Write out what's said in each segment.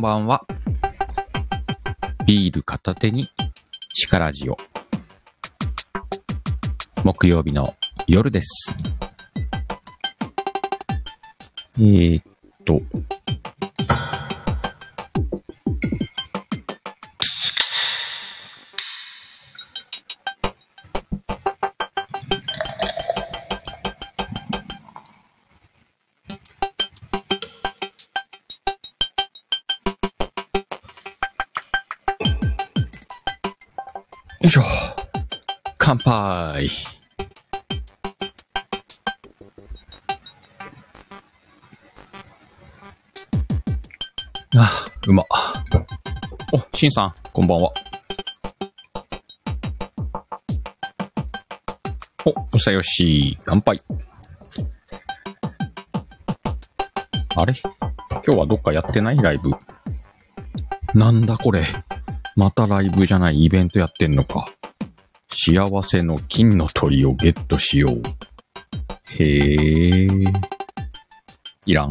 ばんは。ビール片手にシカラジオ。木曜日の夜です。よいしょ。乾杯。うま。お、しんさん、こんばんは。おさよし、乾杯。あれ？今日はどっかやってない？ライブ。なんだこれ。またライブじゃないイベントやってんのか。幸せの金の鳥をゲットしよう。へー。いらん。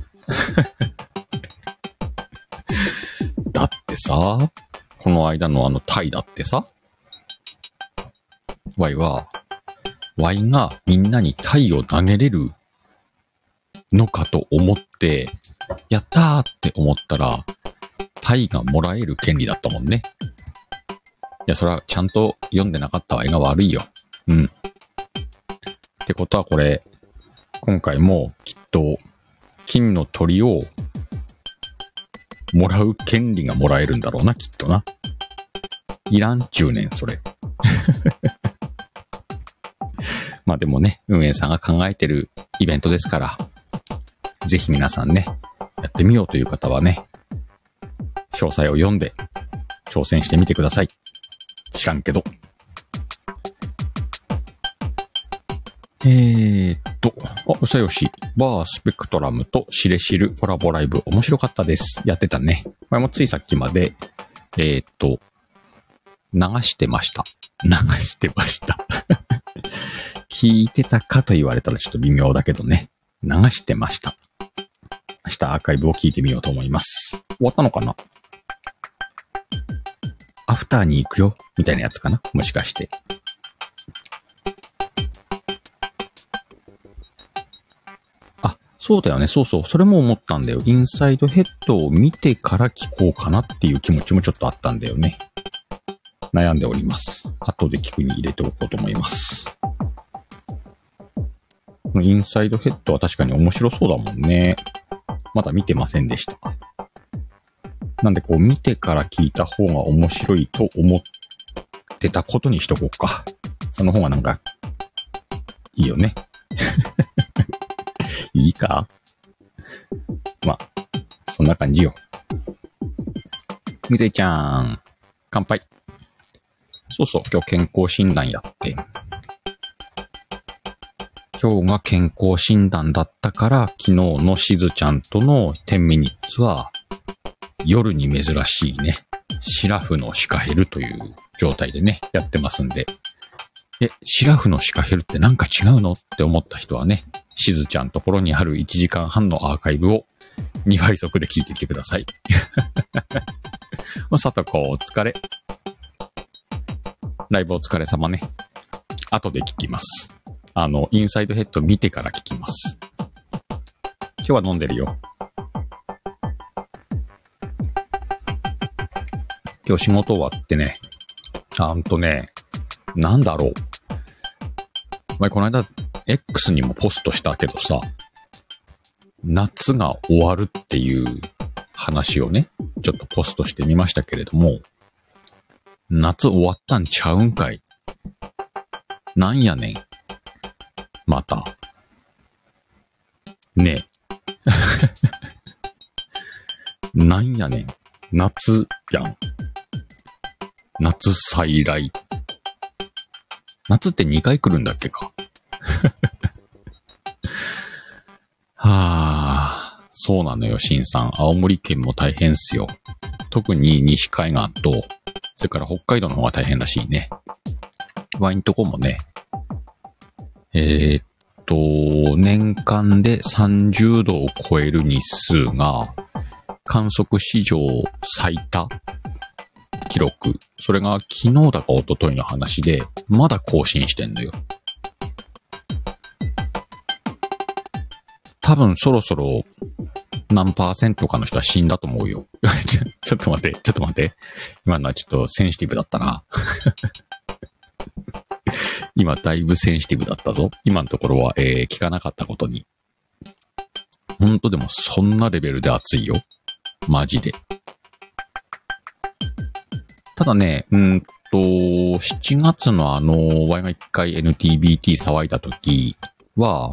だってさ、この間のタイだってさ、ワイがみんなにタイを投げれるのかと思って、やったーって思ったら、タイがもらえる権利だったもんね。いや、それはちゃんと読んでなかったわ。絵が悪いよ。うん。ってことはこれ、今回もきっと、金の鳥をもらう権利がもらえるんだろうな、きっとな。いらんちゅうねん、それ。まあでもね、運営さんが考えてるイベントですから、ぜひ皆さんね、やってみようという方はね、詳細を読んで挑戦してみてください。知らんけど。うさよし、バースペクトラムとシレシルコラボライブ面白かったです。やってたね。これもついさっきまで、流してました。聞いてたかと言われたらちょっと微妙だけどね。流してました。明日アーカイブを聞いてみようと思います。終わったのかな？アフターに行くよみたいなやつかな？もしかして。あ、そうだよね。そうそう。それも思ったんだよ。インサイドヘッドを見てから聞こうかなっていう気持ちもちょっとあったんだよね。悩んでおります。後で聞くに入れておこうと思います。このインサイドヘッドは確かに面白そうだもんね。まだ見てませんでした。なんでこう見てから聞いた方が面白いと思ってたことにしとこうか。その方がなんかいいよね。いいか？まあ、そんな感じよ。みぜちゃん、乾杯。そうそう、今日健康診断やって。今日が健康診断だったから、昨日のしずちゃんとの10ミニッツは、夜に珍しいね、シラフのシカヘルという状態でね、やってますんで。シラフのシカヘルってなんか違うのって思った人はね、しずちゃんところにある1時間半のアーカイブを2倍速で聞いてきてください。さとこお疲れ。ライブお疲れ様ね。後で聞きます。インサイドヘッド見てから聞きます。今日は飲んでるよ。今日仕事終わってね、なんだろう。この間、X にもポストしたけどさ、夏が終わるっていう話をね、ちょっとポストしてみましたけれども、夏終わったんちゃうんかい。なんやねん。また。ねえ。なんやねん。夏やん。夏再来。夏って2回来るんだっけか。はぁ、そうなのよ、しんさん。青森県も大変っすよ。特に西海岸と、それから北海道の方が大変らしいね。ワインとこもね、年間で30度を超える日数が観測史上最多記録。それが昨日だか一昨日の話で、まだ更新してんのよ。多分そろそろ何%かの人は死んだと思うよ。ちょっと待って。今のはちょっとセンシティブだったな。今だいぶセンシティブだったぞ。今のところは、聞かなかったことに。ほんとでもそんなレベルで熱いよ。マジで。ただね、7月のワイが一回 NTBT 騒いだ時は、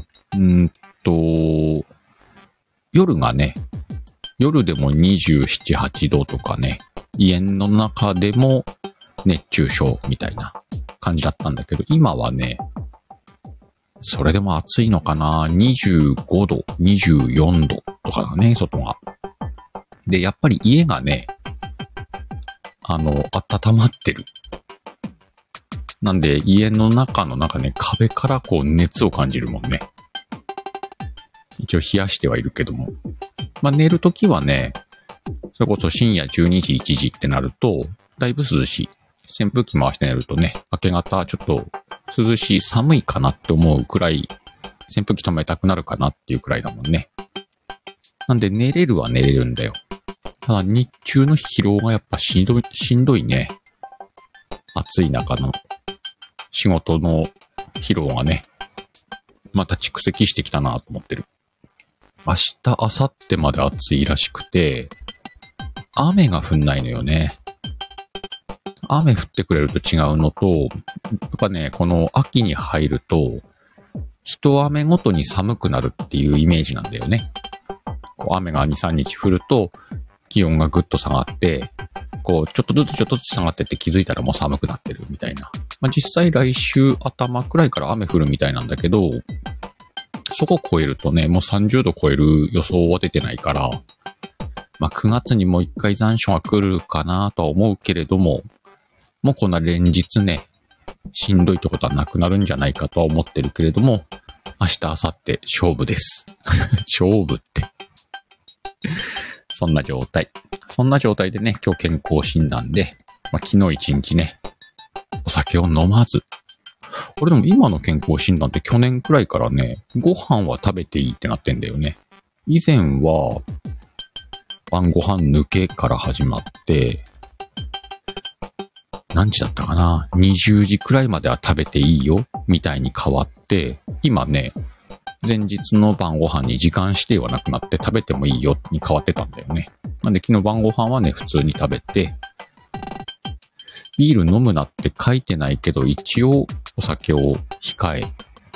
夜がね、夜でも27、8度とかね、家の中でも熱中症みたいな感じだったんだけど、今はね、それでも暑いのかな ?25 度、24度とかだね、外が。で、やっぱり家がね、温まってる。なんで、家の中のね、壁からこう熱を感じるもんね。一応冷やしてはいるけども。まあ、寝るときはね、それこそ深夜12時、1時ってなると、だいぶ涼しい。扇風機回して寝るとね、明け方ちょっと涼しい、寒いかなって思うくらい、扇風機止めたくなるかなっていうくらいだもんね。なんで寝れるは寝れるんだよ。ただ日中の疲労がやっぱしんどいね。暑い中の仕事の疲労がね、また蓄積してきたなと思ってる。明日、明後日まで暑いらしくて、雨が降んないのよね。雨降ってくれると違うのと、やっぱね、この秋に入ると、一雨ごとに寒くなるっていうイメージなんだよね。こう雨が2、3日降ると、気温がぐっと下がって、こう、ちょっとずつ下がってって気づいたらもう寒くなってるみたいな。まあ、実際来週頭くらいから雨降るみたいなんだけど、そこ超えるとね、もう30度超える予想は出てないから、まあ、9月にもう一回残暑が来るかなとは思うけれども、もうこんな連日ね、しんどいってことはなくなるんじゃないかとは思ってるけれども、明日、明後日、勝負です。勝負って。そんな状態。そんな状態でね、今日健康診断で、まあ、昨日一日ね、お酒を飲まず。俺でも今の健康診断って去年くらいからね、ご飯は食べていいってなってんだよね。以前は、晩ご飯抜けから始まって、何時だったかな ?20 時くらいまでは食べていいよみたいに変わって、今ね、前日の晩ご飯に時間指定はなくなって食べてもいいよに変わってたんだよね。なんで昨日晩ご飯はね、普通に食べて、ビール飲むなって書いてないけど、一応お酒を控え、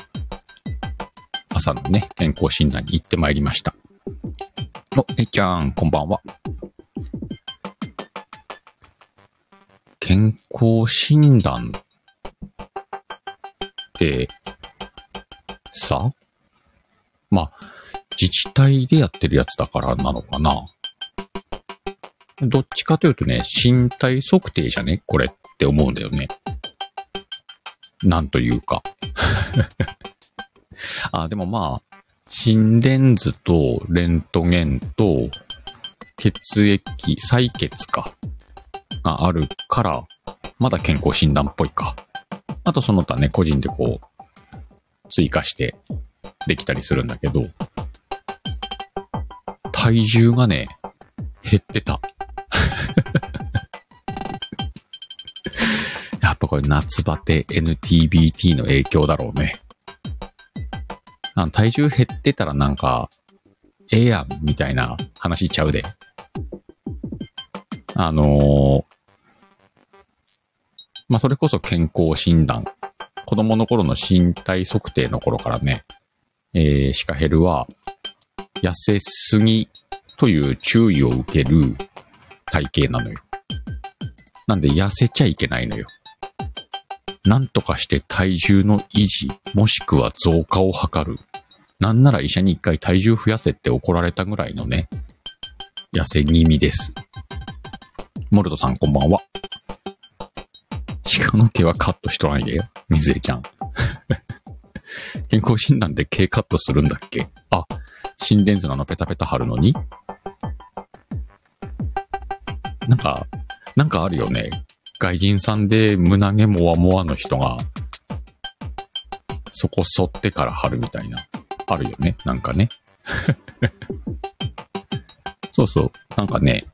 朝のね、健康診断に行ってまいりました。ちゃん、こんばんは。健康診断ってさ、まあ、自治体でやってるやつだからなのかな。どっちかというとね、身体測定じゃねこれって思うんだよね。なんというか。でもまあ、心電図とレントゲンと血液、採血があるから、まだ健康診断っぽいか。あとその他ね、個人でこう、追加してできたりするんだけど、体重がね、減ってた。やっぱこれ夏バテ NTBT の影響だろうね。体重減ってたらなんか、ええやんみたいな話ちゃうで。まあ、それこそ健康診断。子供の頃の身体測定の頃からね、シカヘルは、痩せすぎという注意を受ける体型なのよ。なんで痩せちゃいけないのよ。なんとかして体重の維持、もしくは増加を図る。なんなら医者に一回体重増やせって怒られたぐらいのね、痩せ気味です。モルトさんこんばんは。鹿の毛はカットしとらないでよ。水江ちゃん。健康診断で毛カットするんだっけ？心電図のペタペタ貼るのになんか、なんかあるよね。外人さんで胸毛もわもわの人が、そこ剃ってから貼るみたいな。あるよね。なんかね。そうそう。なんかね。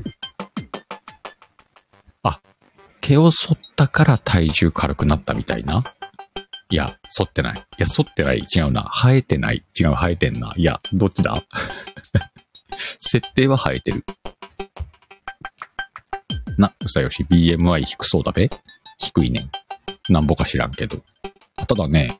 あ、毛を剃ったから体重軽くなったみたいな。いや、剃ってない。いや、剃ってない。違うな。生えてない。違う、生えてんな。いや、どっちだ設定は生えてる。うさよし、BMI 低そうだべ？低いねん。なんぼか知らんけど。ただね、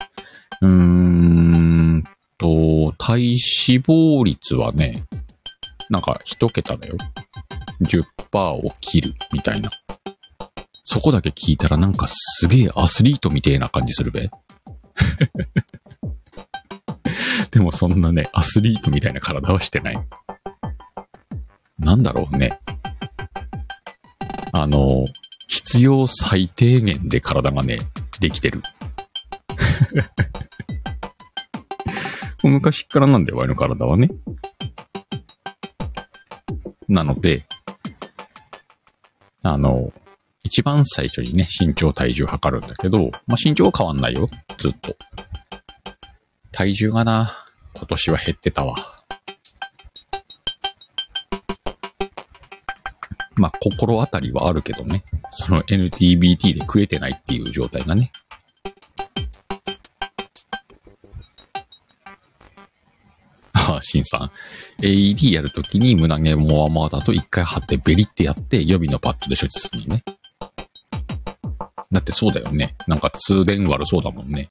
体脂肪率はね、なんか一桁だよ。10% を切るみたいな。そこだけ聞いたらなんかすげえアスリートみてえな感じするべ。でもそんなね、アスリートみたいな体はしてない。なんだろうね。必要最低限で体がね、できてる。昔からなんだよ、ワイの体はね。なので、一番最初にね、身長体重測るんだけど、まあ、身長は変わんないよ、ずっと。体重がな、今年は減ってたわ。まあ、心当たりはあるけどね。その NTBT で食えてないっていう状態がね。ああ、シンさん。AED やるときに胸毛もわもわだと一回貼ってベリってやって予備のパッドで処置するのね。だってそうだよね。なんか通電悪そうだもんね。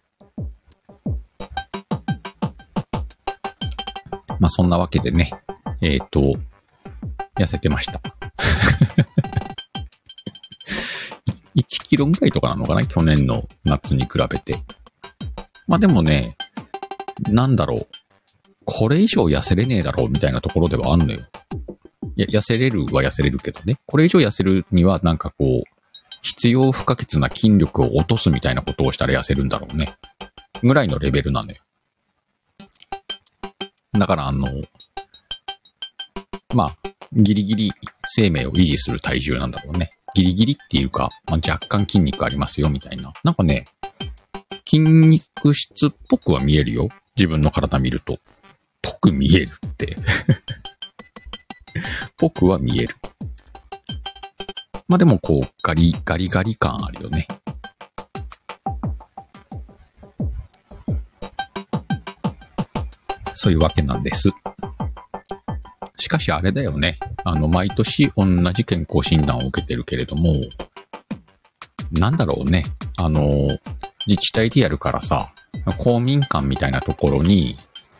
まあそんなわけでね。痩せてました。1キロぐらいとかなのかな？去年の夏に比べて。まあでもね、なんだろう。これ以上痩せれねえだろうみたいなところではあんのよ。いや、痩せれるは痩せれるけどね。これ以上痩せるにはなんかこう、必要不可欠な筋力を落とすみたいなことをしたら痩せるんだろうね。ぐらいのレベルなのよ。だからまあ、ギリギリ生命を維持する体重なんだろうね。ギリギリっていうか、まあ、若干筋肉ありますよみたいな。なんかね、筋肉質っぽくは見えるよ。自分の体見ると。ぽく見えるって。ぽくは見える。まあでもこう、ガリガリ感あるよね。そういうわけなんです。しかしあれだよね。毎年同じ健康診断を受けてるけれども、なんだろうね。自治体でやるからさ、公民館みたいなところに、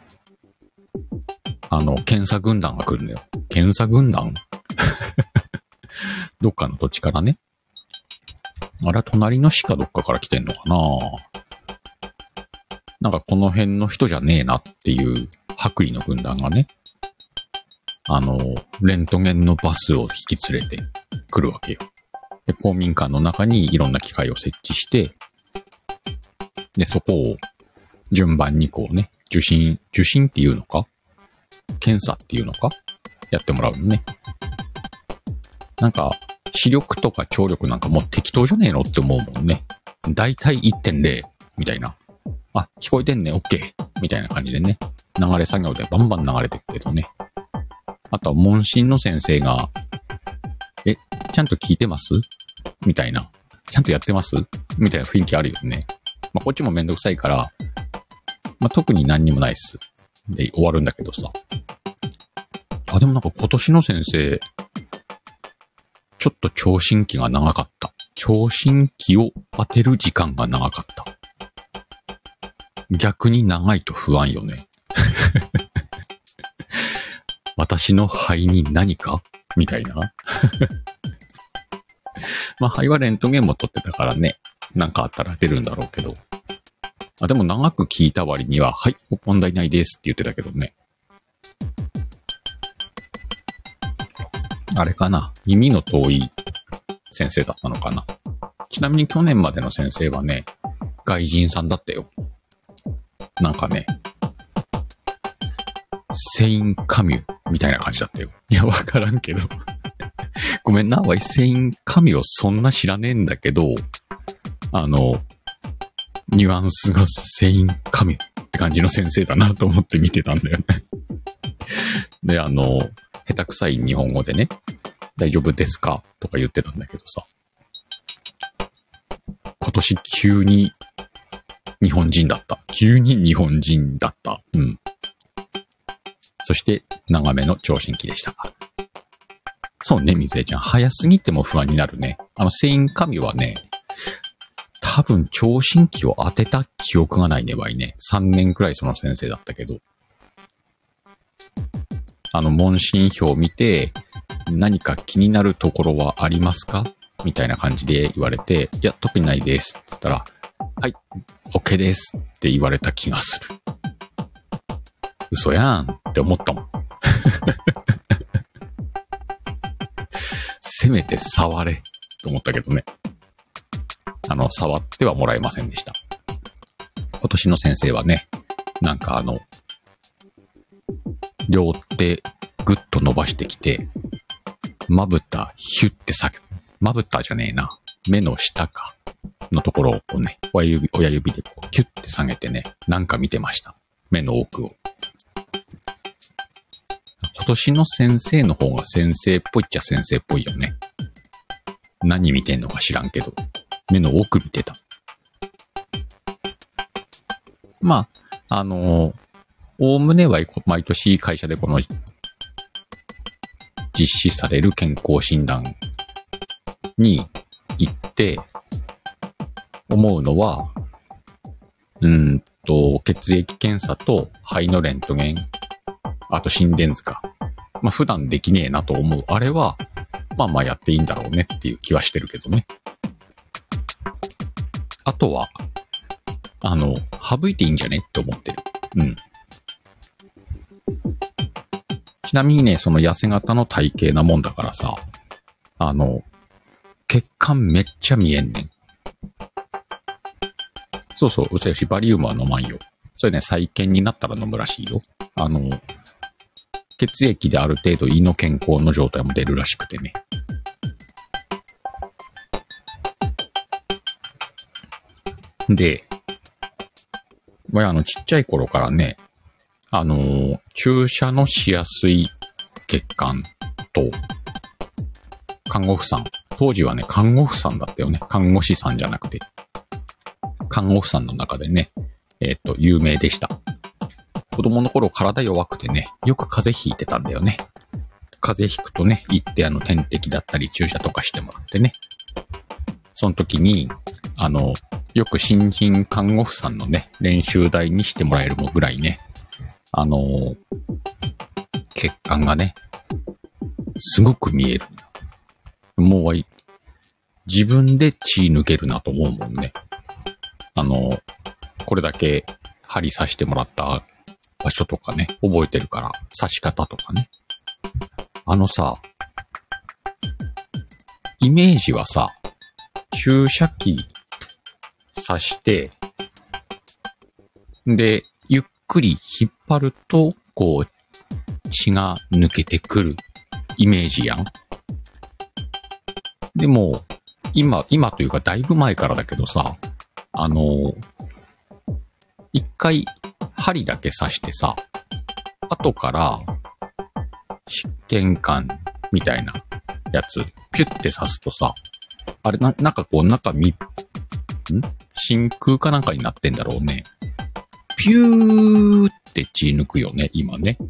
検査軍団が来るのよ。検査軍団どっかの土地からね。あれは隣の市かどっかから来てんのかな？なんかこの辺の人じゃねえなっていう白衣の軍団がね、レントゲンのバスを引き連れて来るわけよ。で、公民館の中にいろんな機械を設置して、で、そこを順番にこうね、受診っていうのか？検査っていうのか？やってもらうのね。なんか、視力とか聴力なんかもう適当じゃねえのって思うもんね。だいたい 1.0 みたいな。あ、聞こえてんね、OK みたいな感じでね。流れ作業でバンバン流れてるけどね。あとは問診の先生が、ちゃんと聞いてますみたいな。ちゃんとやってますみたいな雰囲気あるよね。まあ、こっちもめんどくさいから、まあ、特に何にもないっす。で、終わるんだけどさ。あ、でもなんか今年の先生、ちょっと聴診器が長かった。聴診器を当てる時間が長かった。逆に長いと不安よね。私の肺に何かみたいな。まあ肺はレントゲンも取ってたからね。なんかあったら出るんだろうけど。あ、でも長く聞いた割には、はい、問題ないですって言ってたけどね。あれかな、耳の遠い先生だったのかな。ちなみに去年までの先生はね、外人さんだったよ。なんかね、セインカミュみたいな感じだったよ。いや、わからんけど。 ごめんな、わい、セイン神をそんな知らねえんだけど、ニュアンスがセイン神って感じの先生だなと思って見てたんだよね。で、下手くさい日本語でね、大丈夫ですかとか言ってたんだけどさ、今年急に日本人だった。急に日本人だった。うん。そして、長めの聴診器でした。そうね、水江ちゃん。早すぎても不安になるね。セイン神はね、多分聴診器を当てた記憶がないね、わいね。3年くらいその先生だったけど。問診票を見て、何か気になるところはありますかみたいな感じで言われて、いや、特にないです。って言ったら、はい、OK ですって言われた気がする。嘘やんって思ったもん。せめて触れと思ったけどね。触ってはもらえませんでした。今年の先生はね、なんか両手ぐっと伸ばしてきて、まぶたヒュッてまぶたじゃねえな。目の下か。のところをね、親指でこうキュッて下げてね、なんか見てました。目の奥を。今年の先生の方が先生っぽいっちゃ先生っぽいよね。何見てんのか知らんけど、目の奥見てた。まあ、おおむねは毎年会社でこの実施される健康診断に行って思うのは、血液検査と肺のレントゲン、あと心電図か。まあ普段できねえなと思う。あれは、まあまあやっていいんだろうねっていう気はしてるけどね。あとは、省いていいんじゃねって思ってる。うん。ちなみにね、その痩せ型の体型なもんだからさ、血管めっちゃ見えんねん。そうそう、うさよし、バリウムは飲まんよ。それね、再建になったら飲むらしいよ。血液である程度胃の健康の状態も出るらしくてね。で、ちっちゃい頃からね、注射のしやすい血管と、看護婦さん。当時はね、看護婦さんだったよね。看護師さんじゃなくて。看護婦さんの中でね、有名でした。子供の頃体弱くてね、よく風邪ひいてたんだよね。風邪ひくとね、行って点滴だったり注射とかしてもらってね。その時に、よく新人看護婦さんのね、練習台にしてもらえるぐらいね、血管がね、すごく見える。もう、自分で血抜けるなと思うもんね。これだけ針刺してもらった場所とかね、覚えてるから、刺し方とかね。さ、イメージはさ、注射器刺して、で、ゆっくり引っ張ると、こう、血が抜けてくるイメージやん。でも、今というかだいぶ前からだけどさ、一回針だけ刺してさ、後から試験管みたいなやつ、ピュッて刺すとさ、あれなんかこう真空かなんかになってんだろうね。ピューって血抜くよね、今ね。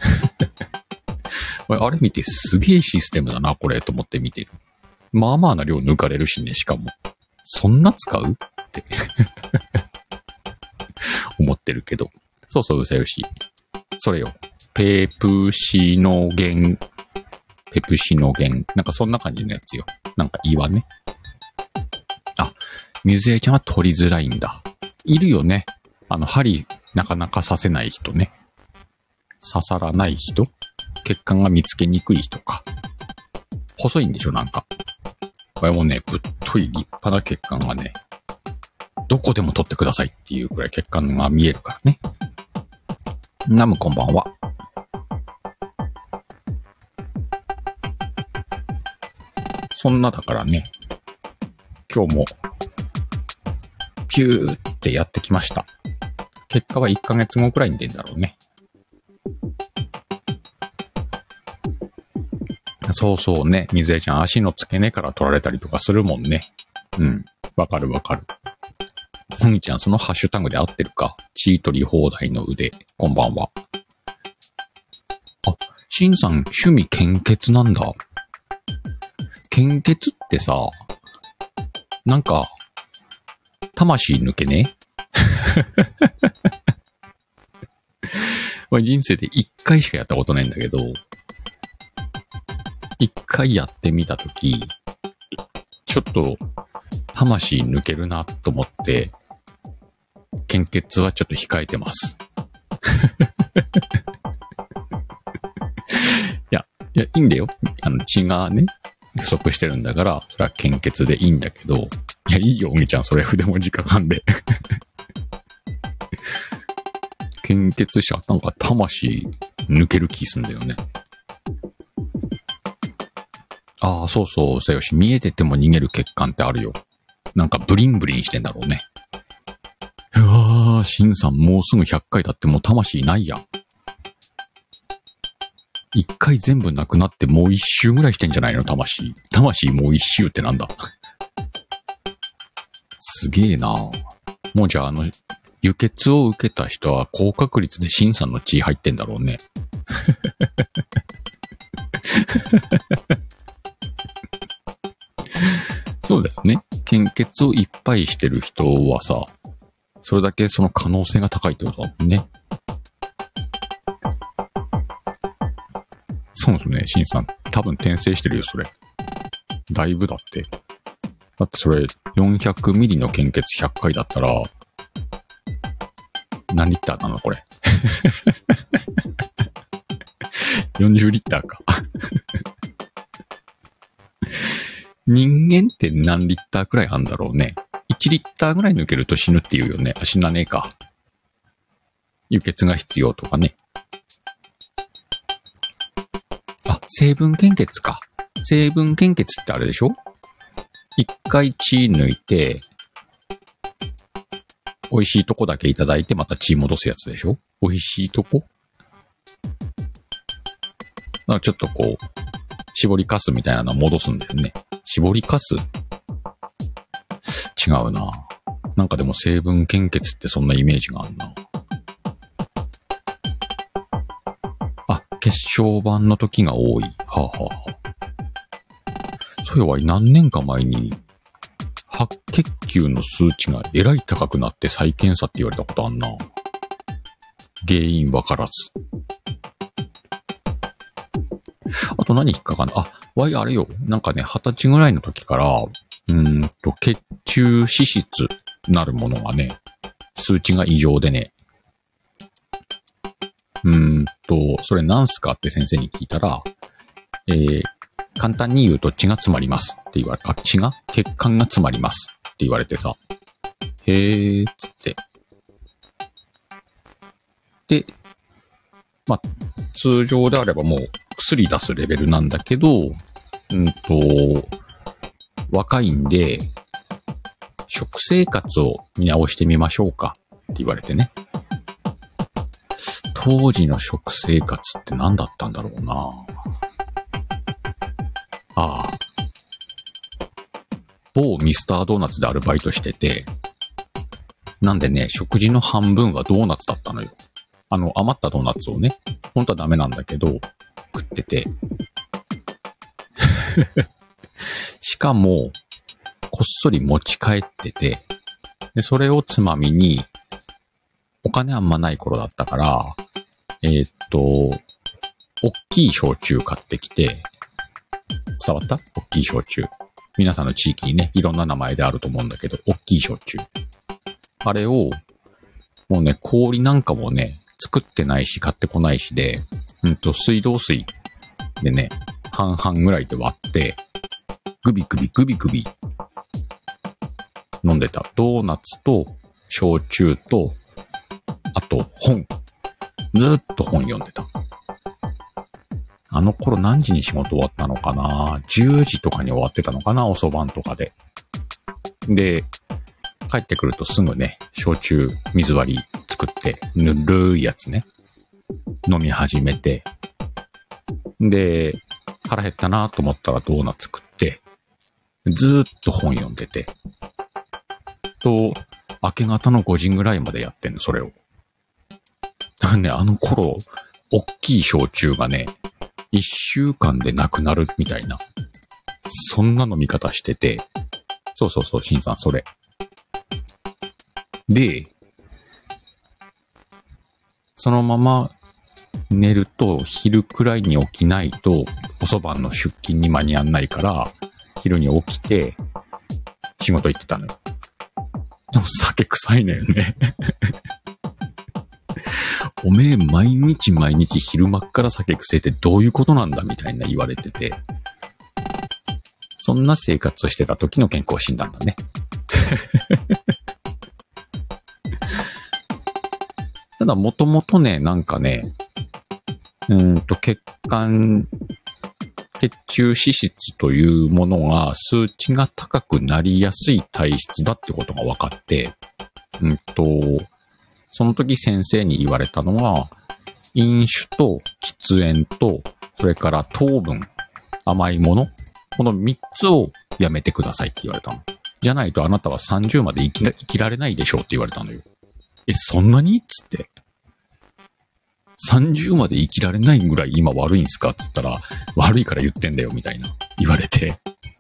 あれ見てすげえシステムだな、これ、と思って見てる。まあまあな量抜かれるしね、しかも。そんな使うって思ってるけど。そうそう、うさよし。それよ。ペプシノゲン。なんかそんな感じのやつよ。なんか岩ね。あ、水江ちゃんは取りづらいんだ。いるよね。針なかなか刺せない人ね。刺さらない人、血管が見つけにくい人か。細いんでしょ、なんか。これもね、ぶっとい立派な血管がね、どこでも取ってくださいっていうくらい血管が見えるからね。ナムこんばんは。 そんなだからね、今日もピューってやってきました。結果は1ヶ月後くらいに出るんだろうね。そうそうね、水江ちゃん足の付け根から取られたりとかするもんね。うん、わかるわかる。ふみちゃん、そのハッシュタグで合ってるか。チー取り放題の腕、こんばんは。あ、しんさん、趣味献血なんだ。献血ってさ、なんか、魂抜けね人生で1回しかやったことないんだけど、1回やってみたとき、ちょっと、魂抜けるなと思って、献血はちょっと控えてます。いや、いいんだよ。血がね、不足してるんだから、それは献血でいいんだけど、いや、いいよ、おみちゃん、それ筆文字書かんで。献血者、なんか魂抜ける気すんだよね。ああ、そうそう、さよし、見えてても逃げる血管ってあるよ。なんかブリンブリンしてんだろうね。うわー、シンさんもうすぐ100回経ってもう魂ないやん。1回全部なくなってもう1周ぐらいしてんじゃないの魂。魂もう1周ってなんだ。すげえな。もうじゃあ輸血を受けた人は高確率でシンさんの血入ってんだろうね。そうだよね。献血をいっぱいしてる人はさ、それだけその可能性が高いってことだもんね。そうですね、シンさん。多分転生してるよ、それ。だいぶだって。だってそれ、400ミリの献血100回だったら、何リッターなのこれ。40リッターか。人間って何リッターくらいあるんだろうね。1リッターぐらい抜けると死ぬって言うよね。死なねえか。輸血が必要とかね。あ、成分献血か。成分献血ってあれでしょ？一回血抜いて、美味しいとこだけいただいてまた血戻すやつでしょ？美味しいとこ？ちょっとこう、絞りかすみたいなの戻すんだよね。絞りかす？違うな。なんかでも成分献血ってそんなイメージがあるな。あ、血小板の時が多い。はあ、はあはあ、そういえば何年か前に白血球の数値がえらい高くなって再検査って言われたことあんな。原因わからず。あと何引っかかんない。あ、わいあれよ。なんかね、20歳ぐらいの時から、血中脂質なるものがね、数値が異常でね。それなんすかって先生に聞いたら、簡単に言うと血が詰まりますって言われ、血管が詰まりますって言われてさ、へーっつって。で、まあ、通常であればもう薬出すレベルなんだけど、若いんで、食生活を見直してみましょうかって言われてね。当時の食生活って何だったんだろうな。ああ。某ミスタードーナツでアルバイトしてて、なんでね、食事の半分はドーナツだったのよ。余ったドーナツをね、本当はダメなんだけど、食ってて。しかも、こっそり持ち帰ってて、で、それをつまみに、お金あんまない頃だったから、おっきい焼酎買ってきて、伝わった？おっきい焼酎。皆さんの地域にね、いろんな名前であると思うんだけど、おっきい焼酎。あれを、もうね、氷なんかもね、作ってないし、買ってこないしで、水道水でね、半々ぐらいで割って、グビグビグビグビ飲んでた。ドーナツと、焼酎と、あと本。ずっと本読んでた。 あの頃何時に仕事終わったのかな ?10 時とかに終わってたのかな遅番とかで。で、帰ってくるとすぐね、焼酎水割り作って、ぬるいやつね、飲み始めて、で、腹減ったなと思ったらドーナツ食って、ずーっと本読んでて、と、明け方の5時ぐらいまでやってんの、それを。だからね、あの頃、おっきい焼酎がね、1週間でなくなるみたいな、そんな飲み方してて、そうそうそう、シンさん、それ。で、そのまま寝ると昼くらいに起きないと遅番の出勤に間に合わないから昼に起きて仕事行ってたのよ。でも酒臭いのよね。おめえ毎日毎日昼間っから酒臭いってどういうことなんだみたいな言われてて、そんな生活をしてた時の健康診断だね。ただもともとね、なんかね、血中脂質というものが数値が高くなりやすい体質だってことが分かって、その時先生に言われたのは、飲酒と喫煙と、それから糖分、甘いもの、この3つをやめてくださいって言われたの。じゃないとあなたは30まで生きられないでしょうって言われたのよ。そんなにっつって。30まで生きられないぐらい今悪いんすかって言ったら、悪いから言ってんだよみたいな言われて。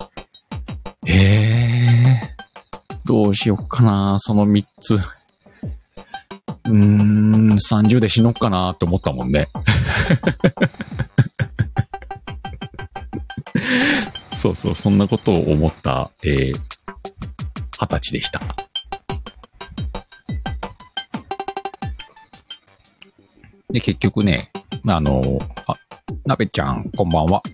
どうしよっかな、その3つ。30で死のっかなって思ったもんね。そうそう、そんなことを思った、20歳でした。で、結局ね、なべちゃん、こんばんは。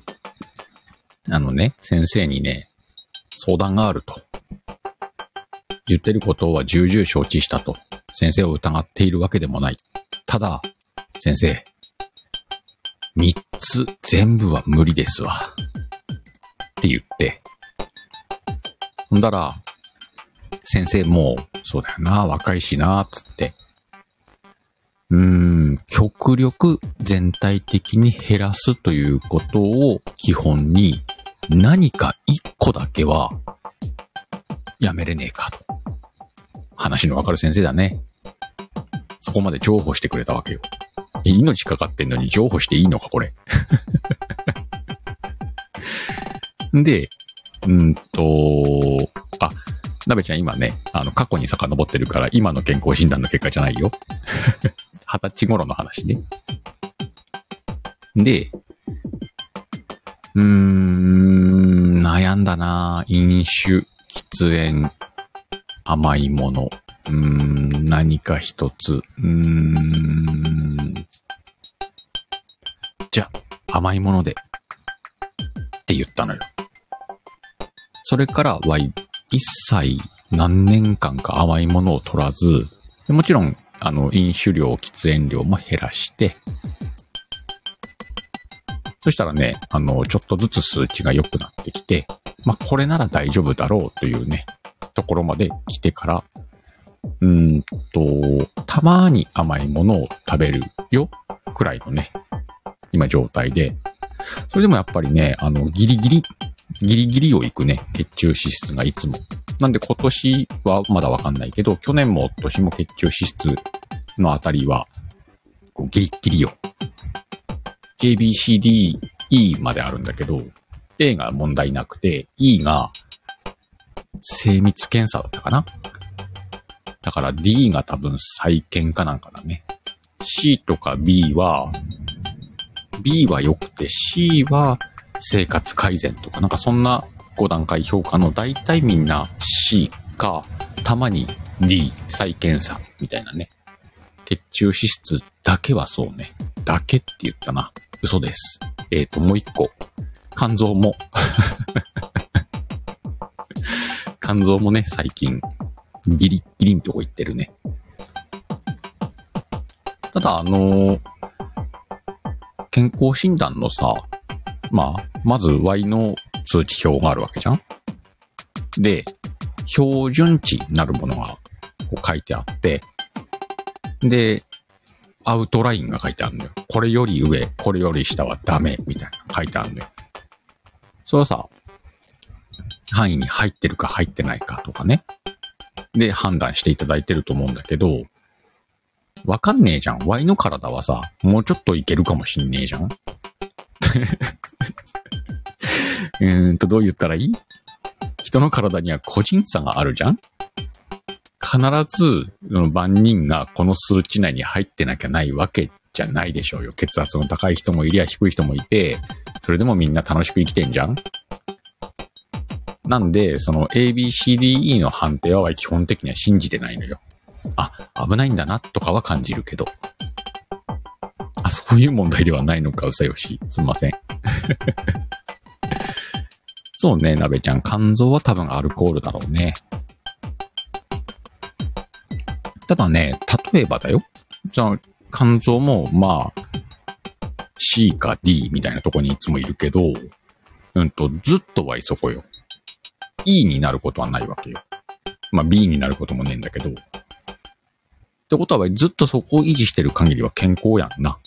先生にね、相談があると。言ってることは重々承知したと。先生を疑っているわけでもない。ただ、先生、3つ全部は無理ですわ。って言って。ほんだら、先生も、そうだよな、若いしな、つって。極力全体的に減らすということを基本に何か1個だけはやめれねえかと。話のわかる先生だね。そこまで譲歩してくれたわけよ。命かかってんのに譲歩していいのかこれ。で、なべちゃん今ね、過去に遡ってるから今の健康診断の結果じゃないよ。20歳頃の話ね。で、悩んだな。飲酒、喫煙、甘いもの。何か一つ。じゃあ、甘いもので。って言ったのよ。それからは一切何年間か甘いものを取らず、でもちろん、飲酒量、喫煙量も減らして、そしたらね、ちょっとずつ数値が良くなってきて、これなら大丈夫だろうというね、ところまで来てから、たまーに甘いものを食べるよ、くらいのね、今状態で、それでもやっぱりね、ギリギリを行くね、血中脂質がいつも。なんで今年はまだわかんないけど、去年も今年も血中脂質のあたりは、ギリギリよ。A, B, C, D, E まであるんだけど、A が問題なくて、E が精密検査だったかな。だから D が多分再検かなんかだね。C とか B は良くて C は生活改善とかなんかそんな5段階評価の大体みんな C かたまに D 再検査みたいなね。血中脂質だけはそうね。だけって言ったな。嘘です。もう一個。肝臓も。肝臓もね、最近ギリギリのとこ行ってるね。ただ健健康診断のさ、まず Y の通知表があるわけじゃん。で、標準値なるものがこう書いてあって、で、アウトラインが書いてあるのよ。これより上、これより下はダメ、みたいな書いてあるのよ。それはさ、範囲に入ってるか入ってないかとかね。で、判断していただいてると思うんだけど、わかんねえじゃん。Y の体はさ、もうちょっといけるかもしんねえじゃん。どう言ったらいい？人の体には個人差があるじゃん。必ず、万人がこの数値内に入ってなきゃないわけじゃないでしょうよ。血圧の高い人もいりゃ低い人もいて、それでもみんな楽しく生きてんじゃん。なんで、その ABCDE の判定は基本的には信じてないのよ。あ、危ないんだなとかは感じるけど。あ、そういう問題ではないのか、うさよし。すみません。そうね、なべちゃん。肝臓は多分アルコールだろうね。ただね、例えばだよ。じゃあ、肝臓も、まあ、C か D みたいなとこにいつもいるけど、ずっとはいそこよ。E になることはないわけよ。まあ B になることもねえんだけど。ってことはずっとそこを維持してる限りは健康やんな。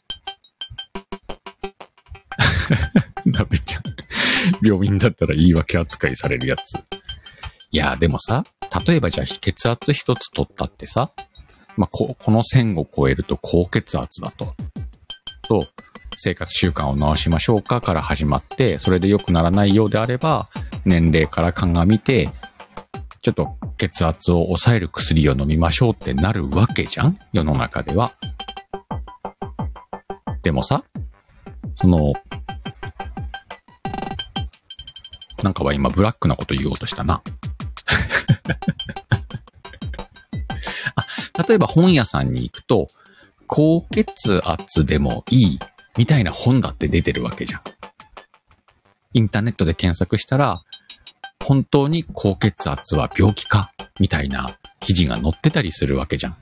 なべちゃん。病院だったら言い訳扱いされるやつ。いや、でもさ、例えばじゃあ血圧一つ取ったってさ、まあ、この線を超えると高血圧だと。生活習慣を直しましょうかから始まって、それで良くならないようであれば、年齢から鑑みて、ちょっと血圧を抑える薬を飲みましょうってなるわけじゃん？世の中では。でもさ、なんかは今ブラックなこと言おうとしたな。例えば本屋さんに行くと、高血圧でもいいみたいな本だって出てるわけじゃん。インターネットで検索したら、本当に高血圧は病気かみたいな記事が載ってたりするわけじゃん。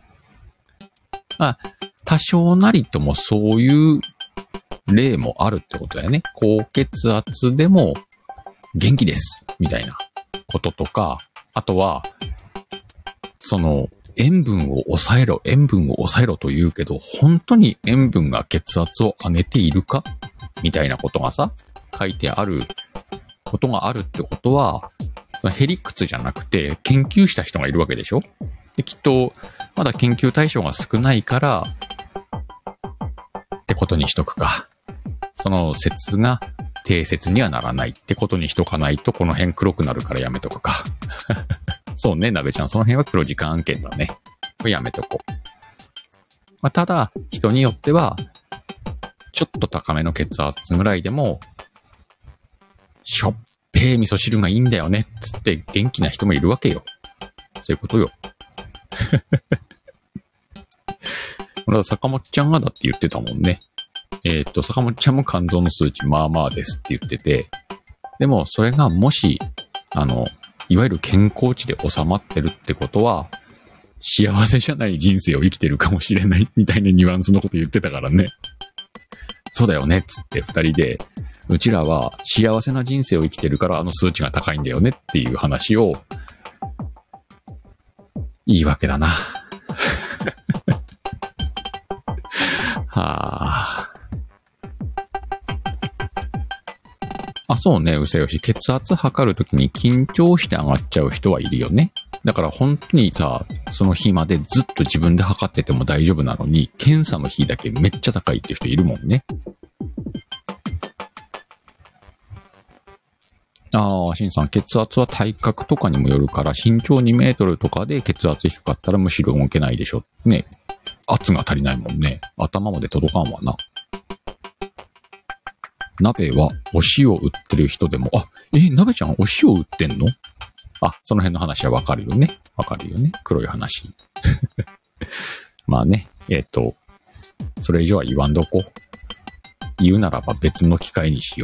多少なりともそういう例もあるってことだよね。高血圧でも元気ですみたいなこととか、あとは、塩分を抑えろと言うけど、本当に塩分が血圧を上げているかみたいなことがさ、書いてあることがあるってことは、へりくつじゃなくて研究した人がいるわけでしょ？で、きっと、まだ研究対象が少ないから、ってことにしとくか。その説が定説にはならないってことにしとかないと、この辺黒くなるからやめとくか。そうね、なべちゃん、その辺は黒時間案件だね。これやめとこう。まあ、ただ、人によっては、ちょっと高めの血圧ぐらいでも、しょっぺー味噌汁がいいんだよね、つって元気な人もいるわけよ。そういうことよ。これは坂本ちゃんがだって言ってたもんね。坂本ちゃんも肝臓の数値まあまあですって言ってて、でもそれがもし、いわゆる健康値で収まってるってことは、幸せじゃない人生を生きてるかもしれないみたいなニュアンスのこと言ってたからね。そうだよねっつって二人で、うちらは幸せな人生を生きてるからあの数値が高いんだよねっていう話を、いいわけだな。はあ。あ、そうね、うさよし。血圧測るときに緊張して上がっちゃう人はいるよね。だから本当にさ、その日までずっと自分で測ってても大丈夫なのに、検査の日だけめっちゃ高いっていう人いるもんね。しんさん、血圧は体格とかにもよるから、身長2メートルとかで血圧低かったらむしろ動けないでしょ。ね。圧が足りないもんね。頭まで届かんわな。鍋はお塩売ってる人でも、鍋ちゃんお塩売ってんの？その辺の話はわかるよね。わかるよね。黒い話。まあね、それ以上は言わんどこ。言うならば別の機会にしよ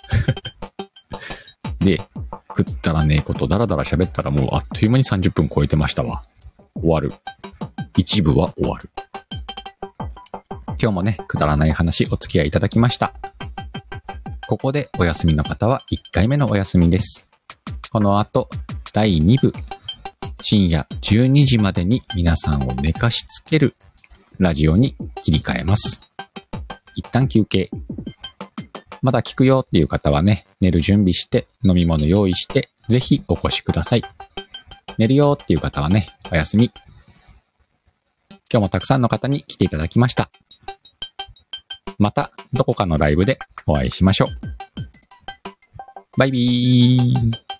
う。で、食ったらねえことだらだら喋ったらもうあっという間に30分超えてましたわ。終わる。一部は終わる。 今日もね、くだらない話お付き合いいただきました。ここでお休みの方は1回目のお休みです。この後、第2部、深夜12時までに皆さんを寝かしつけるラジオに切り替えます。一旦休憩。まだ聞くよっていう方はね、寝る準備して飲み物用意してぜひお越しください。寝るよっていう方はね、おやすみ。今日もたくさんの方に来ていただきました。またどこかのライブでお会いしましょう。バイビー。